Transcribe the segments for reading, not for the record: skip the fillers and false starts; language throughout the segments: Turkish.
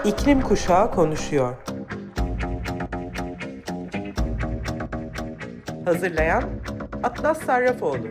İklim Kuşağı konuşuyor. Hazırlayan Atlas Sarrafoğlu.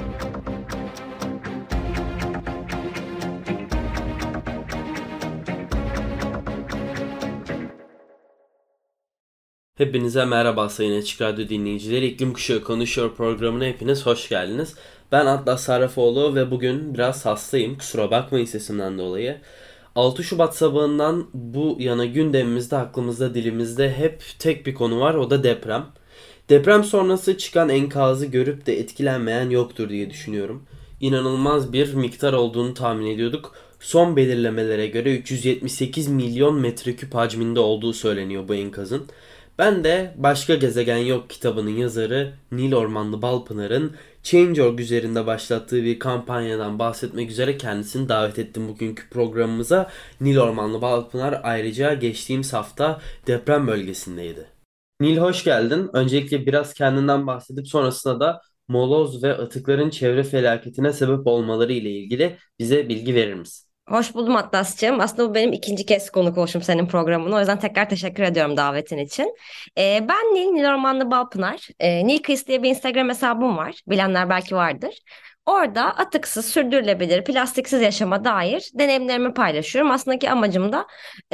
Hepinize merhaba sayın Açık Radyo dinleyicileri. İklim Kuşağı Konuşuyor programına hepiniz hoş geldiniz. Ben Atlas Sarrafoğlu ve bugün biraz hastayım. Kusura bakmayın sesimden dolayı. 6 Şubat sabahından bu yana gündemimizde, aklımızda, dilimizde hep tek bir konu var, o da deprem. Deprem sonrası çıkan enkazı görüp de etkilenmeyen yoktur diye düşünüyorum. İnanılmaz bir miktar olduğunu tahmin ediyorduk. Son belirlemelere göre 378 milyon metreküp hacminde olduğu söyleniyor bu enkazın. Ben de Başka Gezegen Yok kitabının yazarı Nil Ormanlı Balpınar'ın Change.org üzerinde başlattığı bir kampanyadan bahsetmek üzere kendisini davet ettim bugünkü programımıza. Nil Ormanlı Balpınar ayrıca geçtiğimiz hafta deprem bölgesindeydi. Nil, hoş geldin. Öncelikle biraz kendinden bahsedip sonrasında da moloz ve atıkların çevre felaketine sebep olmaları ile ilgili bize bilgi verir misin? Hoş buldum Atlas'cığım. Aslında bu benim ikinci kez konuk oluşum senin programına. O yüzden tekrar teşekkür ediyorum davetin için. Ben Nil Ormanlı Balpınar. Nil Kıyısı diye bir Instagram hesabım var. Bilenler belki vardır. Orada atıksız, sürdürülebilir, plastiksiz yaşama dair deneyimlerimi paylaşıyorum. Aslında ki amacım da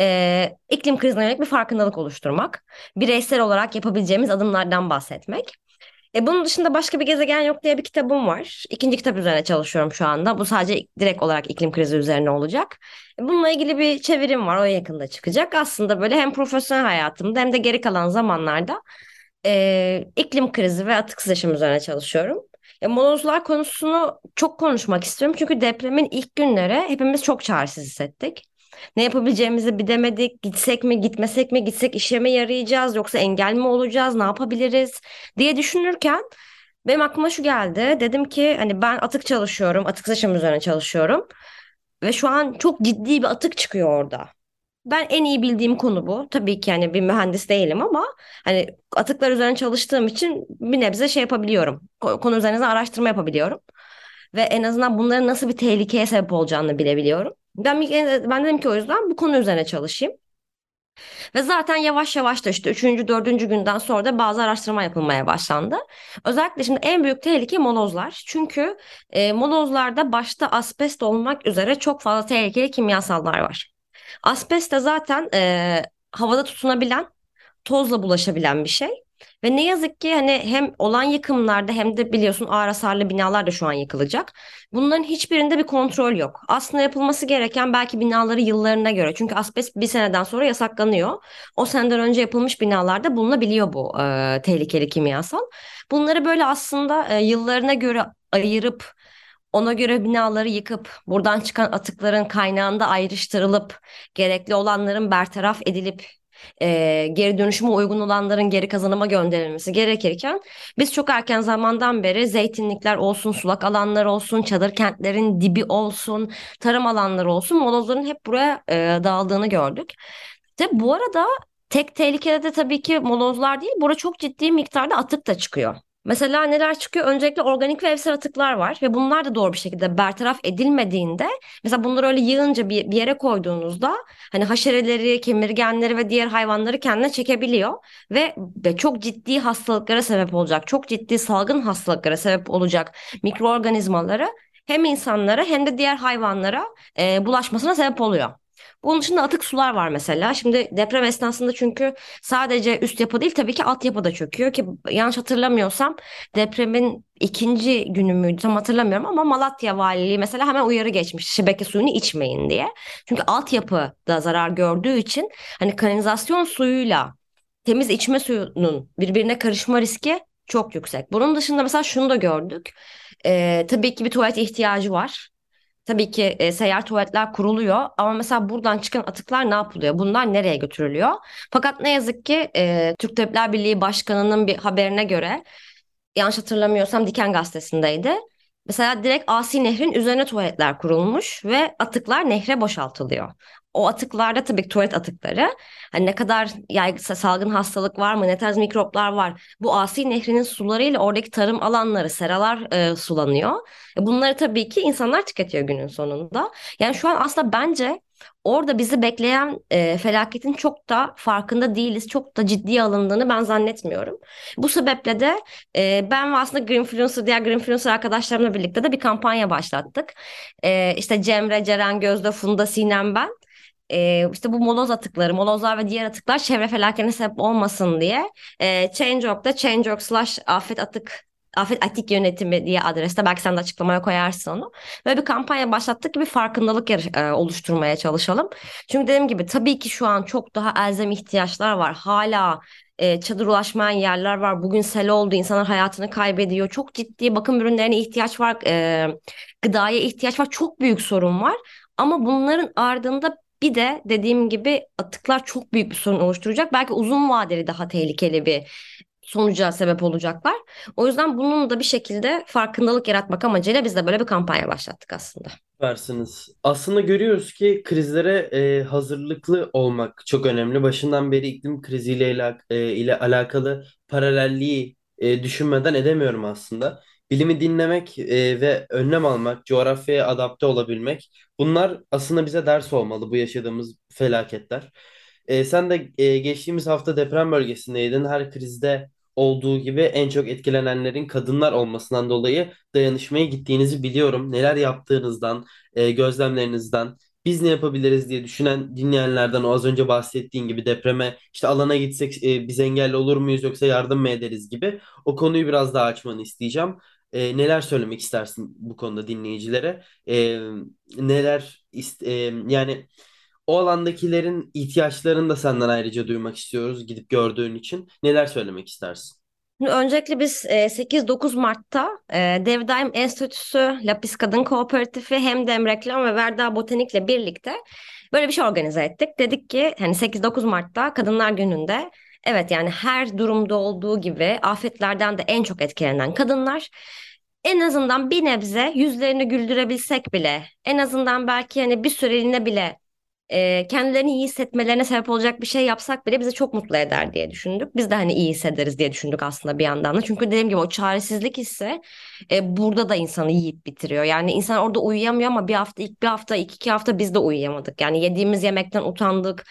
iklim krizine yönelik bir farkındalık oluşturmak. Bireysel olarak yapabileceğimiz adımlardan bahsetmek. Bunun dışında Başka Bir Gezegen Yok diye bir kitabım var. İkinci kitap üzerine çalışıyorum şu anda. Bu sadece direkt olarak iklim krizi üzerine olacak. Bununla ilgili bir çevirim var. O yakında çıkacak. Aslında böyle hem profesyonel hayatımda hem de geri kalan zamanlarda iklim krizi ve atıksız yaşam üzerine çalışıyorum. Molozlar konusunu çok konuşmak istiyorum. Çünkü depremin ilk günleri hepimiz çok çaresiz hissettik. Ne yapabileceğimizi bilemedik. Gitsek mi, gitmesek mi, gitsek işe mi yarayacağız yoksa engel mi olacağız, ne yapabiliriz diye düşünürken benim aklıma şu geldi. Dedim ki hani ben atık çalışıyorum, atık yaşam üzerine çalışıyorum ve şu an çok ciddi bir atık çıkıyor orada. Ben en iyi bildiğim konu bu. Tabii ki yani bir mühendis değilim ama hani atıklar üzerine çalıştığım için bir nebze şey yapabiliyorum. Konu üzerine araştırma yapabiliyorum. Ve en azından bunların nasıl bir tehlikeye sebep olacağını bilebiliyorum. Ben dedim ki o yüzden bu konu üzerine çalışayım. Ve zaten yavaş yavaş da işte üçüncü, dördüncü günden sonra da bazı araştırma yapılmaya başlandı. Özellikle şimdi en büyük tehlike molozlar. Çünkü molozlarda başta asbest olmak üzere çok fazla tehlikeli kimyasallar var. Asbest de zaten havada tutunabilen, tozla bulaşabilen bir şey. Ve ne yazık ki hani hem olan yıkımlarda hem de biliyorsun ağır hasarlı binalar da şu an yıkılacak. Bunların hiçbirinde bir kontrol yok. Aslında yapılması gereken belki binaları yıllarına göre. Çünkü asbest bir seneden sonra yasaklanıyor. O seneden önce yapılmış binalarda bulunabiliyor bu tehlikeli kimyasal. Bunları böyle aslında yıllarına göre ayırıp ona göre binaları yıkıp buradan çıkan atıkların kaynağında ayrıştırılıp gerekli olanların bertaraf edilip geri dönüşüme uygun olanların geri kazanıma gönderilmesi gerekirken biz çok erken zamandan beri zeytinlikler olsun, sulak alanlar olsun, çadır kentlerin dibi olsun, tarım alanları olsun molozların hep buraya dağıldığını gördük. De bu arada tek tehlikede de tabii ki molozlar değil, burada çok ciddi miktarda atık da çıkıyor. Mesela neler çıkıyor? Öncelikle organik ve evsel atıklar var ve bunlar da doğru bir şekilde bertaraf edilmediğinde mesela bunları öyle yığınca bir yere koyduğunuzda hani haşereleri, kemirgenleri ve diğer hayvanları kendine çekebiliyor ve çok ciddi hastalıklara sebep olacak, çok ciddi salgın hastalıklara sebep olacak mikroorganizmaları hem insanlara hem de diğer hayvanlara bulaşmasına sebep oluyor. Bunun dışında atık sular var mesela. Şimdi deprem esnasında çünkü sadece üst yapı değil tabii ki altyapı da çöküyor ki yanlış hatırlamıyorsam depremin ikinci günü müydü tam hatırlamıyorum ama Malatya Valiliği mesela hemen uyarı geçmiş şebeke suyunu içmeyin diye. Çünkü altyapı da zarar gördüğü için hani kanalizasyon suyuyla temiz içme suyunun birbirine karışma riski çok yüksek. Bunun dışında mesela şunu da gördük. Tabii ki bir tuvalet ihtiyacı var. Tabii ki seyyar tuvaletler kuruluyor ama mesela buradan çıkan atıklar ne yapılıyor? Bunlar nereye götürülüyor? Fakat ne yazık ki Türk Tabipler Birliği Başkanı'nın bir haberine göre yanlış hatırlamıyorsam Diken Gazetesi'ndeydi. Mesela direkt Asi Nehrin üzerine tuvaletler kurulmuş ve atıklar nehre boşaltılıyor. O atıklarda tabii ki tuvalet atıkları. Hani ne kadar salgın hastalık var mı, ne tarz mikroplar var. Bu Asi Nehri'nin sularıyla oradaki tarım alanları, seralar sulanıyor. Bunları tabii ki insanlar tüketiyor günün sonunda. Yani şu an aslında bence orada bizi bekleyen felaketin çok da farkında değiliz. Çok da ciddiye alındığını ben zannetmiyorum. Bu sebeple de ben ve aslında Greenfluencer, diğer Greenfluencer arkadaşlarımla birlikte de bir kampanya başlattık. İşte Cemre, Ceren, Gözde, Funda, Sinem, ben. İşte bu moloz atıkları, molozlar ve diğer atıklar çevre felaketine sebep olmasın diye Change.org'da Change.org/afet atık Afet Atik Yönetimi diye adreste, belki sen de açıklamaya koyarsın onu. Böyle bir kampanya başlattık ki bir farkındalık oluşturmaya çalışalım. Çünkü dediğim gibi tabii ki şu an çok daha elzem ihtiyaçlar var. Hala çadır ulaşmayan yerler var. Bugün sel oldu, insanlar hayatını kaybediyor. Çok ciddi bakım ürünlerine ihtiyaç var. Gıdaya ihtiyaç var. Çok büyük sorun var. Ama bunların ardında bir de dediğim gibi atıklar çok büyük bir sorun oluşturacak. Belki uzun vadeli daha tehlikeli bir sonuca sebep olacaklar. O yüzden bunun da bir şekilde farkındalık yaratmak amacıyla biz de böyle bir kampanya başlattık aslında. Süpersiniz. Aslında görüyoruz ki krizlere hazırlıklı olmak çok önemli. Başından beri iklim kriziyle ile alakalı paralelliği düşünmeden edemiyorum aslında. Bilimi dinlemek ve önlem almak, coğrafyaya adapte olabilmek, bunlar aslında bize ders olmalı bu yaşadığımız felaketler. Sen de geçtiğimiz hafta deprem bölgesindeydin. Her krizde olduğu gibi en çok etkilenenlerin kadınlar olmasından dolayı dayanışmaya gittiğinizi biliyorum. Neler yaptığınızdan, gözlemlerinizden, biz ne yapabiliriz diye düşünen dinleyenlerden, o az önce bahsettiğin gibi depreme işte alana gitsek biz engelli olur muyuz yoksa yardım mı ederiz gibi o konuyu biraz daha açmanı isteyeceğim. Neler söylemek istersin bu konuda dinleyicilere? Yani o alandakilerin ihtiyaçlarını da senden ayrıca duymak istiyoruz gidip gördüğün için. Neler söylemek istersin? Şimdi öncelikle biz 8-9 Mart'ta Dev Daim Enstitüsü, Lapis Kadın Kooperatifi, Hemdem Reklam ve Verda Botanik'le birlikte böyle bir şey organize ettik. Dedik ki hani 8-9 Mart'ta Kadınlar Günü'nde, evet, yani her durumda olduğu gibi afetlerden de en çok etkilenen kadınlar, en azından bir nebze yüzlerini güldürebilsek bile, en azından belki hani bir süreliğine bile kendilerini iyi hissetmelerine sebep olacak bir şey yapsak bile bizi çok mutlu eder diye düşündük. Biz de hani iyi hissederiz diye düşündük aslında bir yandan da. Çünkü dediğim gibi o çaresizlik hissi burada da insanı yiyip bitiriyor. Yani insan orada uyuyamıyor ama bir hafta, ilk bir hafta, iki hafta biz de uyuyamadık. Yani yediğimiz yemekten utandık,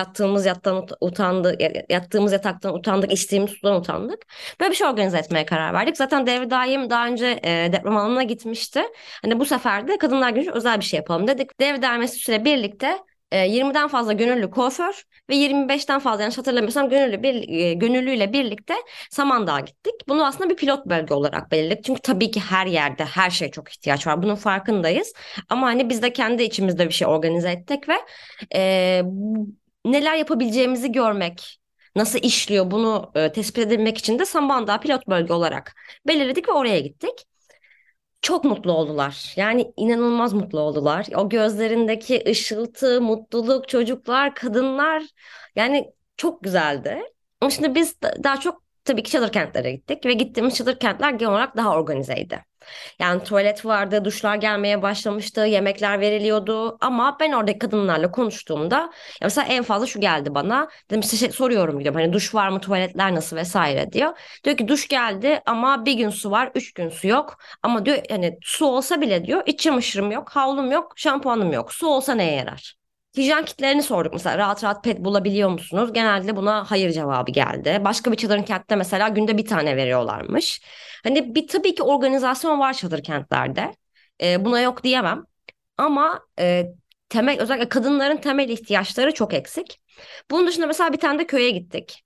yattığımız yataktan utandık, içtiğimiz sudan utandık. Böyle bir şey organize etmeye karar verdik. Zaten Devri Daim daha önce deprem alanına gitmişti. Hani bu sefer de Kadınlar Günü özel bir şey yapalım dedik. Devri Daim Enstitüsü'yle birlikte 20'den fazla gönüllü kuaför ve 25'ten fazla, yanlış hatırlamıyorsam, gönüllüyle birlikte Samandağ'a gittik. Bunu aslında bir pilot bölge olarak belirledik. Çünkü tabii ki her yerde her şeye çok ihtiyaç var. Bunun farkındayız. Ama hani biz de kendi içimizde bir şey organize ettik ve e, neler yapabileceğimizi görmek, nasıl işliyor bunu tespit edilmek için de Samandağ pilot bölge olarak belirledik ve oraya gittik. Çok mutlu oldular. Yani inanılmaz mutlu oldular. O gözlerindeki ışıltı, mutluluk, çocuklar, kadınlar, yani çok güzeldi. Ama şimdi biz daha çok tabii ki çadır kentlere gittik ve gittiğimiz çadır kentler genel olarak daha organizeydi. Yani tuvalet vardı, duşlar gelmeye başlamıştı, yemekler veriliyordu. Ama ben oradaki kadınlarla konuştuğumda, ya mesela en fazla şu geldi bana. Dedim işte soruyorum, gidiyorum hani duş var mı, tuvaletler nasıl vesaire diyor. Diyor ki duş geldi ama bir gün su var, 3 gün su yok. Ama diyor hani su olsa bile diyor iç çamaşırım yok, havlum yok, şampuanım yok. Su olsa neye yarar? Hijyen kitlerini sorduk mesela, rahat rahat pet bulabiliyor musunuz? Genelde buna hayır cevabı geldi. Başka bir çadırın kentte mesela günde bir tane veriyorlarmış. Hani bir tabii ki organizasyon var çadır kentlerde. Buna yok diyemem. Ama temel, özellikle kadınların temel ihtiyaçları çok eksik. Bunun dışında mesela bir tane de köye gittik.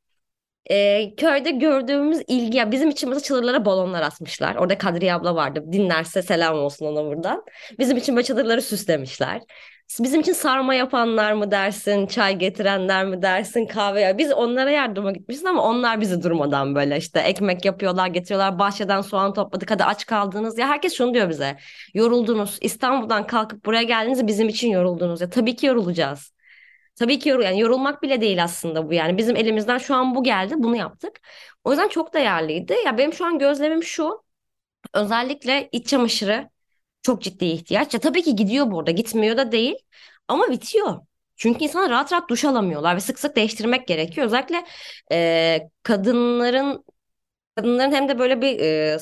Köyde gördüğümüz ilgi, ya bizim için mesela çadırlara balonlar asmışlar. Orada Kadriye abla vardı. Dinlerse selam olsun ona buradan. Bizim için böyle çadırları süslemişler. Bizim için sarma yapanlar mı dersin, çay getirenler mi dersin, kahve. Biz onlara yardıma gitmişiz ama onlar bizi durmadan böyle işte ekmek yapıyorlar, getiriyorlar. Bahçeden soğan topladık. Hadi aç kaldınız. Ya herkes şunu diyor bize. Yoruldunuz. İstanbul'dan kalkıp buraya geldiniz, bizim için yoruldunuz. Ya tabii ki yorulacağız. Tabii ki yani yorulmak bile değil aslında bu, yani bizim elimizden şu an bu geldi, bunu yaptık. O yüzden çok değerliydi. Ya benim şu an gözlemim şu, özellikle iç çamaşırı çok ciddi ihtiyaç. Ya tabii ki gidiyor, burada gitmiyor da değil ama bitiyor. Çünkü insanlar rahat rahat duş alamıyorlar ve sık sık değiştirmek gerekiyor. Özellikle kadınların hem de böyle bir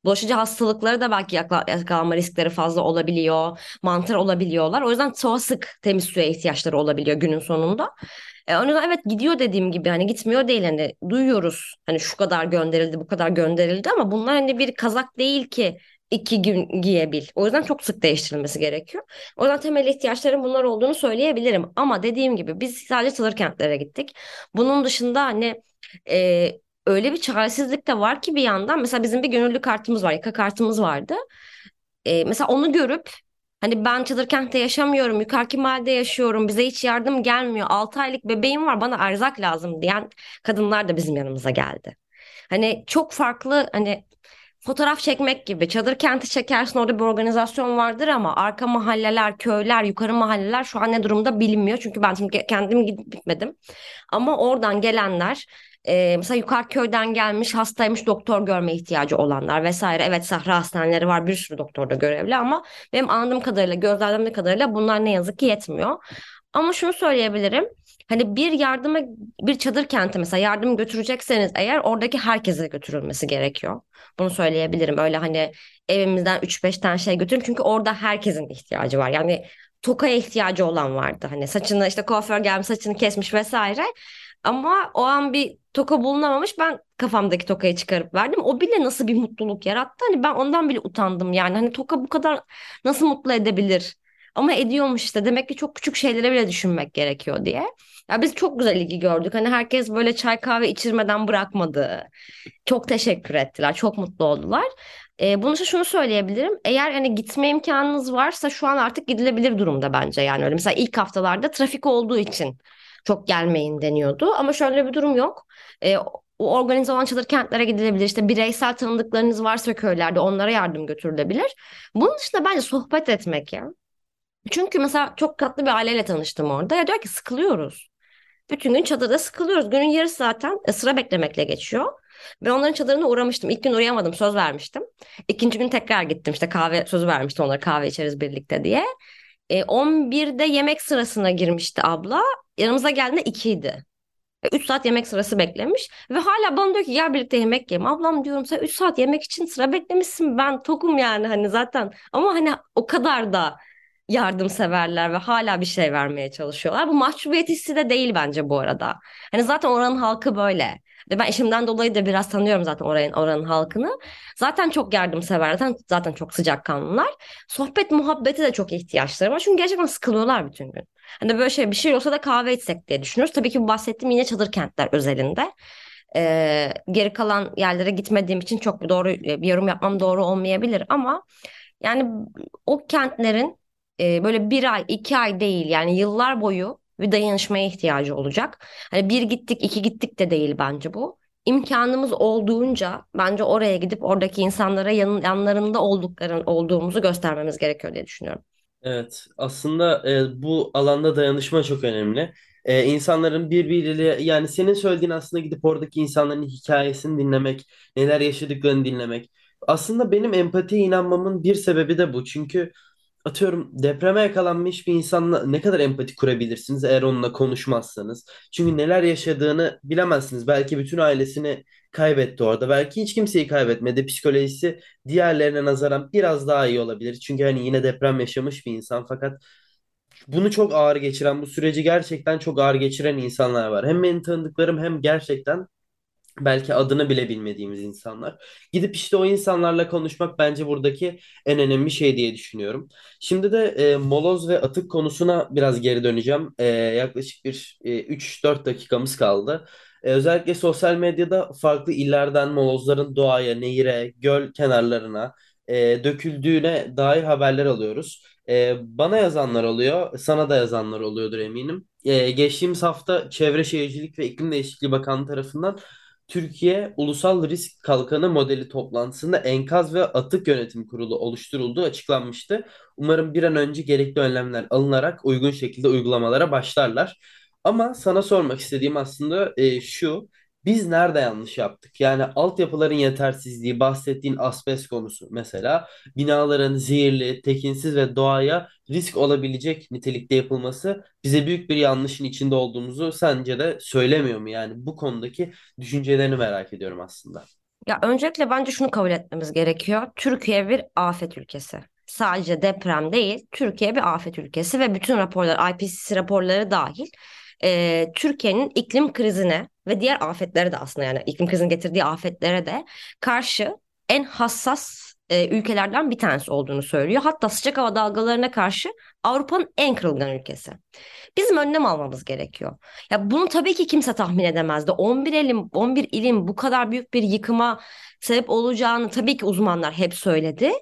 Bulaşıcı hastalıkları da belki yakalanma riskleri fazla olabiliyor. Mantar olabiliyorlar. O yüzden çok sık temiz suya ihtiyaçları olabiliyor günün sonunda. O yüzden evet gidiyor dediğim gibi hani gitmiyor değil hani duyuyoruz hani şu kadar gönderildi bu kadar gönderildi ama bunlar hani bir kazak değil ki 2 gün giyebil. O yüzden çok sık değiştirilmesi gerekiyor. O yüzden temel ihtiyaçların bunlar olduğunu söyleyebilirim. Ama dediğim gibi biz sadece sınır kentlere gittik. Bunun dışında hani e, öyle bir çaresizlik de var ki bir yandan mesela bizim bir gönüllü kartımız var, yaka kartımız vardı. Mesela onu görüp hani ben Çadırkent'te yaşamıyorum, yukarıki mahallede yaşıyorum, bize hiç yardım gelmiyor, 6 aylık bebeğim var, bana erzak lazım diyen kadınlar da bizim yanımıza geldi. Hani çok farklı hani fotoğraf çekmek gibi çadır kenti çekersin orada bir organizasyon vardır ama arka mahalleler, köyler, yukarı mahalleler şu an ne durumda bilinmiyor. Çünkü ben şimdi kendim gidip gitmedim. Ama oradan gelenler mesela yukarı köyden gelmiş hastaymış doktor görme ihtiyacı olanlar vesaire. Evet sahra hastaneleri var bir sürü doktor da görevli ama benim anladığım kadarıyla gözlemlediğim kadarıyla bunlar ne yazık ki yetmiyor. Ama şunu söyleyebilirim. Hani bir yardıma bir çadır kenti mesela yardım götürecekseniz eğer oradaki herkese götürülmesi gerekiyor. Bunu söyleyebilirim. Öyle hani evimizden 3-5 tane şey götürün. Çünkü orada herkesin ihtiyacı var. Yani tokaya ihtiyacı olan vardı. Hani saçını işte kuaför gelmiş saçını kesmiş vesaire. Ama o an bir toka bulunamamış. Ben kafamdaki tokayı çıkarıp verdim. O bile nasıl bir mutluluk yarattı. Hani ben ondan bile utandım yani. Hani toka bu kadar nasıl mutlu edebilir? Ama ediyormuş işte. Demek ki çok küçük şeylere bile düşünmek gerekiyor diye. Ya biz çok güzel ilgi gördük. Hani herkes böyle çay kahve içirmeden bırakmadı. Çok teşekkür ettiler. Çok mutlu oldular. Bunun için şunu söyleyebilirim. Eğer hani gitme imkanınız varsa şu an artık gidilebilir durumda bence. Yani öyle mesela ilk haftalarda trafik olduğu için çok gelmeyin deniyordu. Ama şöyle bir durum yok. O organize olan çadır kentlere gidilebilir. İşte bireysel tanıdıklarınız varsa köylerde onlara yardım götürülebilir. Bunun dışında bence sohbet etmek ya. Çünkü mesela çok tatlı bir aileyle tanıştım orada. Ya diyor ki sıkılıyoruz. Bütün gün çadırda sıkılıyoruz. Günün yarısı zaten sıra beklemekle geçiyor. Ben onların çadırına uğramıştım. İlk gün uğrayamadım, söz vermiştim. İkinci gün tekrar gittim. İşte kahve sözü vermiştim onlara kahve içeriz birlikte diye. 11'de yemek sırasına girmişti abla. Yanımıza geldiğinde 2'ydi. 3 saat yemek sırası beklemiş. Ve hala bana diyor ki gel birlikte yemek yiyelim. Ablam diyorum sen 3 saat yemek için sıra beklemişsin. Ben tokum yani hani zaten. Ama hani o kadar da yardımseverler ve hala bir şey vermeye çalışıyorlar. Bu mahcubiyet hissi de değil bence bu arada. Hani zaten oranın halkı böyle. Ve ben işimden dolayı da biraz tanıyorum zaten oranın halkını. Zaten çok yardımsever, zaten çok sıcakkanlılar. Sohbet muhabbeti de çok ihtiyaçları var. Çünkü gerçekten sıkılıyorlar bütün gün. Hani böyle şey bir şey olsa da kahve içsek diye düşünüyoruz. Tabii ki bu bahsettiğim yine çadır kentler özelinde. Geri kalan yerlere gitmediğim için çok bir yorum yapmam doğru olmayabilir ama yani o kentlerin böyle 1 ay 2 ay değil yani yıllar boyu bir dayanışmaya ihtiyacı olacak. Hani bir gittik 2 gittik de değil bence bu. İmkanımız olduğunca bence oraya gidip oradaki insanlara yanlarında olduğumuzu göstermemiz gerekiyor diye düşünüyorum. Evet, aslında bu alanda dayanışma çok önemli. İnsanların birbiriyle yani senin söylediğin aslında gidip oradaki insanların hikayesini dinlemek, neler yaşadıklarını dinlemek. Aslında benim empatiye inanmamın bir sebebi de bu. Çünkü atıyorum depreme yakalanmış bir insanla ne kadar empati kurabilirsiniz eğer onunla konuşmazsanız. Çünkü neler yaşadığını bilemezsiniz. Belki bütün ailesini kaybetti orada. Belki hiç kimseyi kaybetmedi. Psikolojisi diğerlerine nazaran biraz daha iyi olabilir. Çünkü hani yine deprem yaşamış bir insan fakat bunu çok ağır geçiren, bu süreci gerçekten çok ağır geçiren insanlar var. Hem benim tanıdıklarım hem gerçekten belki adını bile bilmediğimiz insanlar. Gidip işte o insanlarla konuşmak bence buradaki en önemli şey diye düşünüyorum. Şimdi de moloz ve atık konusuna biraz geri döneceğim. Yaklaşık bir 3-4 dakikamız kaldı. Özellikle sosyal medyada farklı illerden molozların doğaya, nehire, göl kenarlarına döküldüğüne dair haberler alıyoruz. Bana yazanlar oluyor, sana da yazanlar oluyordur eminim. Geçtiğimiz hafta Çevre Şehircilik ve İklim Değişikliği Bakanlığı tarafından Türkiye Ulusal Risk Kalkanı modeli toplantısında Enkaz ve Atık Yönetim Kurulu oluşturulduğu açıklanmıştı. Umarım bir an önce gerekli önlemler alınarak uygun şekilde uygulamalara başlarlar. Ama sana sormak istediğim aslında şu. Biz nerede yanlış yaptık? Yani altyapıların yetersizliği, bahsettiğin asbest konusu mesela, binaların zehirli, tekinsiz ve doğaya risk olabilecek nitelikte yapılması bize büyük bir yanlışın içinde olduğumuzu sence de söylemiyor mu? Yani bu konudaki düşüncelerini merak ediyorum aslında. Ya öncelikle bence şunu kabul etmemiz gerekiyor. Türkiye bir afet ülkesi. Sadece deprem değil, Türkiye bir afet ülkesi ve bütün raporlar, IPCC raporları dahil, Türkiye'nin iklim krizine ve diğer afetlere de aslında yani iklim krizinin getirdiği afetlere de karşı en hassas ülkelerden bir tanesi olduğunu söylüyor. Hatta sıcak hava dalgalarına karşı Avrupa'nın en kırılgan ülkesi. Bizim önlem almamız gerekiyor. Ya bunu tabii ki kimse tahmin edemezdi. 11 ilin bu kadar büyük bir yıkıma sebep olacağını tabii ki uzmanlar hep söyledi.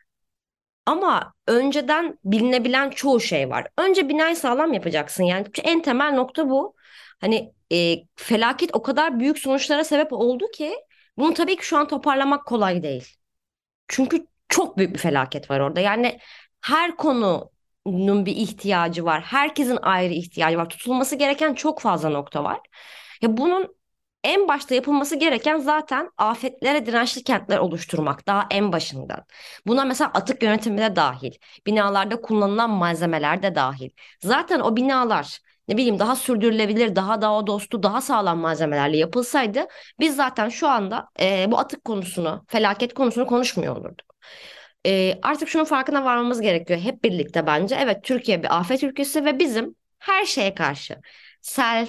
Ama önceden bilinebilen çoğu şey var. Önce binayı sağlam yapacaksın. Yani en temel nokta bu. Hani felaket o kadar büyük sonuçlara sebep oldu ki bunu tabii ki şu an toparlamak kolay değil. Çünkü çok büyük bir felaket var orada. Yani her konunun bir ihtiyacı var. Herkesin ayrı ihtiyacı var. Tutulması gereken çok fazla nokta var. Ya bunun en başta yapılması gereken zaten afetlere dirençli kentler oluşturmak daha en başından. Buna mesela atık yönetimi de dahil. Binalarda kullanılan malzemeler de dahil. Zaten o binalar ne bileyim daha sürdürülebilir, daha doğa dostu, daha sağlam malzemelerle yapılsaydı biz zaten şu anda bu atık konusunu, felaket konusunu konuşmuyor olurduk. Artık şunun farkına varmamız gerekiyor hep birlikte bence. Evet, Türkiye bir afet ülkesi ve bizim her şeye karşı sel,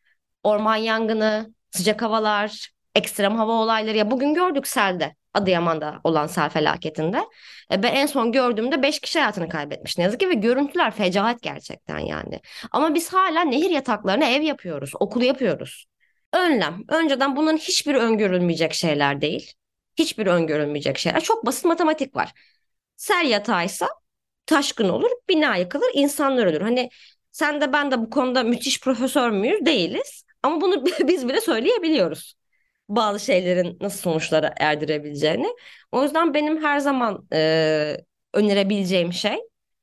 orman yangını, sıcak havalar, ekstrem hava olayları ya bugün gördük selde. Adıyaman'da olan sel felaketinde. Ben en son gördüğümde 5 kişi hayatını kaybetmiş ne yazık ki ve görüntüler fecaat gerçekten yani. Ama biz hala nehir yataklarına ev yapıyoruz, okul yapıyoruz. Önlem. Önceden bunların hiçbir öngörülmeyecek şeyler değil. Hiçbir öngörülmeyecek şeyler. Çok basit matematik var. Sel yatağıysa taşkın olur, bina yıkılır, insanlar ölür. Hani sen de ben de bu konuda müthiş profesör müyüz? Değiliz. Ama bunu biz bile söyleyebiliyoruz. Bazı şeylerin nasıl sonuçlara erdirebileceğini. O yüzden benim her zaman önerebileceğim şey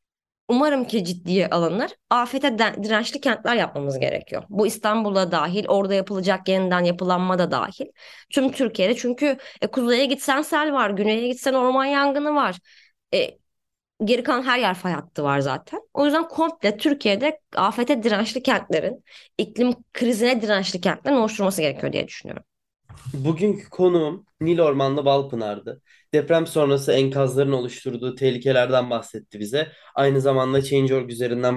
umarım ki ciddiye alınır. Afete dirençli kentler yapmamız gerekiyor. Bu İstanbul'a dahil, orada yapılacak yeniden yapılanma da dahil. Tüm Türkiye'de çünkü kuzeye gitsen sel var, güneye gitsen orman yangını var. E, Geri kalan her yer fay hattı var zaten. O yüzden komple Türkiye'de afete dirençli kentlerin, iklim krizine dirençli kentlerin oluşturması gerekiyor diye düşünüyorum. Bugünkü konuğum Nil Ormanlı Balpınar'dı. Deprem sonrası enkazların oluşturduğu tehlikelerden bahsetti bize. Aynı zamanda Change.org üzerinden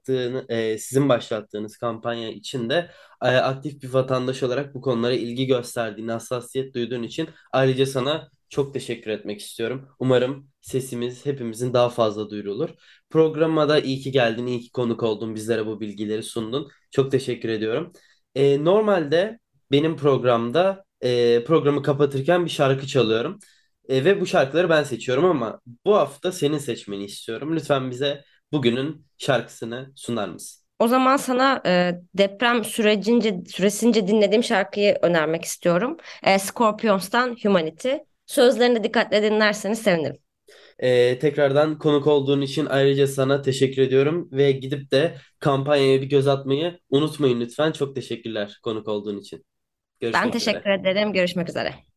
sizin başlattığınız kampanya için de aktif bir vatandaş olarak bu konulara ilgi gösterdiğin, hassasiyet duyduğun için ayrıca sana çok teşekkür etmek istiyorum. Umarım sesimiz hepimizin daha fazla duyurulur. Programa da iyi ki geldin, iyi ki konuk oldun, bizlere bu bilgileri sundun. Çok teşekkür ediyorum. Normalde benim programda programı kapatırken bir şarkı çalıyorum. Ve bu şarkıları ben seçiyorum ama bu hafta senin seçmeni istiyorum. Lütfen bize bugünün şarkısını sunar mısın? O zaman sana deprem süresince dinlediğim şarkıyı önermek istiyorum. Scorpions'tan Humanity. Sözlerini de dikkatle dinlerseniz sevinirim. Tekrardan konuk olduğun için ayrıca sana teşekkür ediyorum ve gidip de kampanyaya bir göz atmayı unutmayın lütfen. Çok teşekkürler konuk olduğun için. Ben Görüşmek üzere. teşekkür ederim. Görüşmek üzere.